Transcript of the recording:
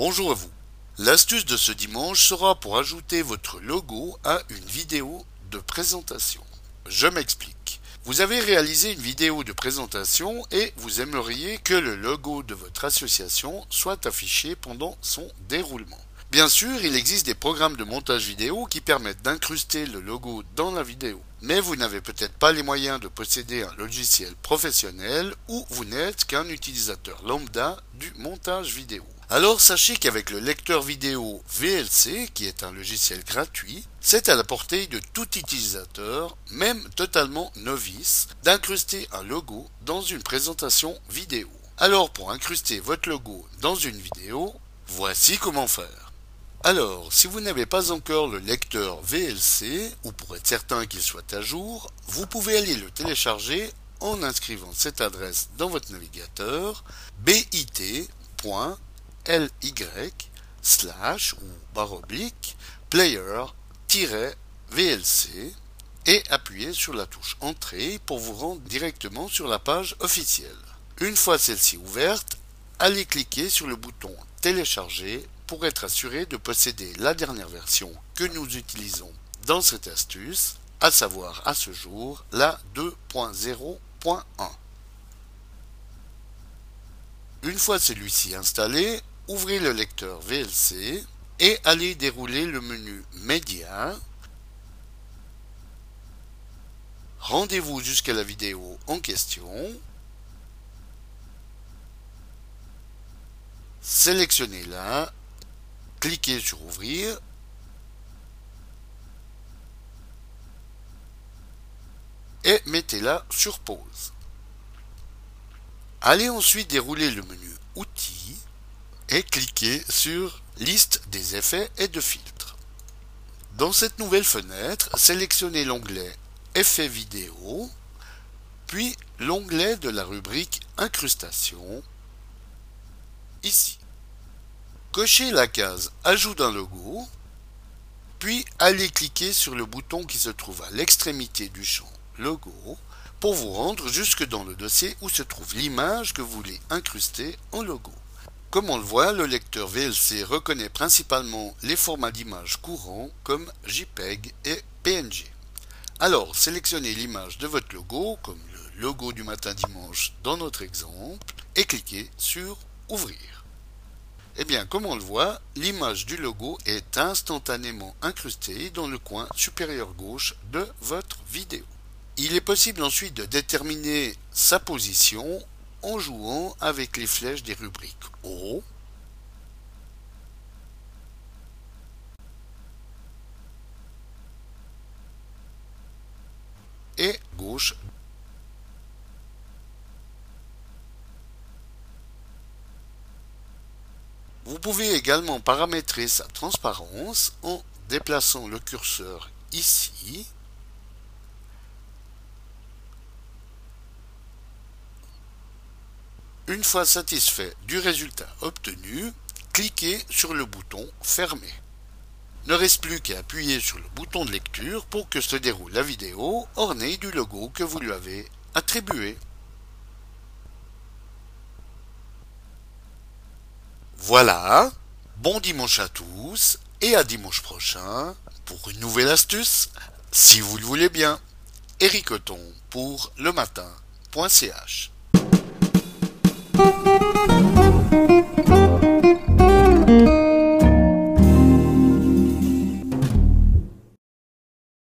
Bonjour à vous. L'astuce de ce dimanche sera pour ajouter votre logo à une vidéo de présentation. Je m'explique. Vous avez réalisé une vidéo de présentation et vous aimeriez que le logo de votre association soit affiché pendant son déroulement. Bien sûr, il existe des programmes de montage vidéo qui permettent d'incruster le logo dans la vidéo. Mais vous n'avez peut-être pas les moyens de posséder un logiciel professionnel ou vous n'êtes qu'un utilisateur lambda du montage vidéo. Alors sachez qu'avec le lecteur vidéo VLC, qui est un logiciel gratuit, c'est à la portée de tout utilisateur, même totalement novice, d'incruster un logo dans une présentation vidéo. Alors pour incruster votre logo dans une vidéo, voici comment faire. Alors, si vous n'avez pas encore le lecteur VLC, ou pour être certain qu'il soit à jour, vous pouvez aller le télécharger en inscrivant cette adresse dans votre navigateur bit.ly /player-vlc et appuyez sur la touche Entrée pour vous rendre directement sur la page officielle. Une fois celle-ci ouverte, allez cliquer sur le bouton Télécharger pour être assuré de posséder la dernière version que nous utilisons dans cette astuce, à savoir à ce jour la 2.0.1. Une fois celui-ci installé, ouvrez le lecteur VLC et allez dérouler le menu Média. Rendez-vous jusqu'à la vidéo en question. Sélectionnez-la, cliquez sur Ouvrir et mettez-la sur pause. Allez ensuite dérouler le menu Outils et cliquez sur Liste des effets et de filtres. Dans cette nouvelle fenêtre, sélectionnez l'onglet Effets vidéo, puis l'onglet de la rubrique Incrustation, ici. Cochez la case Ajout d'un logo, puis allez cliquer sur le bouton qui se trouve à l'extrémité du champ Logo pour vous rendre jusque dans le dossier où se trouve l'image que vous voulez incruster en logo. Comme on le voit, le lecteur VLC reconnaît principalement les formats d'images courants comme JPEG et PNG. Alors, sélectionnez l'image de votre logo, comme le logo du matin dimanche dans notre exemple, et cliquez sur Ouvrir. Eh bien, comme on le voit, l'image du logo est instantanément incrustée dans le coin supérieur gauche de votre vidéo. Il est possible ensuite de déterminer sa position en jouant avec les flèches des rubriques haut, et gauche. Vous pouvez également paramétrer sa transparence en déplaçant le curseur ici. Une fois satisfait du résultat obtenu, cliquez sur le bouton Fermer. Ne reste plus qu'à appuyer sur le bouton de lecture pour que se déroule la vidéo ornée du logo que vous lui avez attribué. Voilà, bon dimanche à tous et à dimanche prochain pour une nouvelle astuce, si vous le voulez bien. Éric Othon pour lematin.ch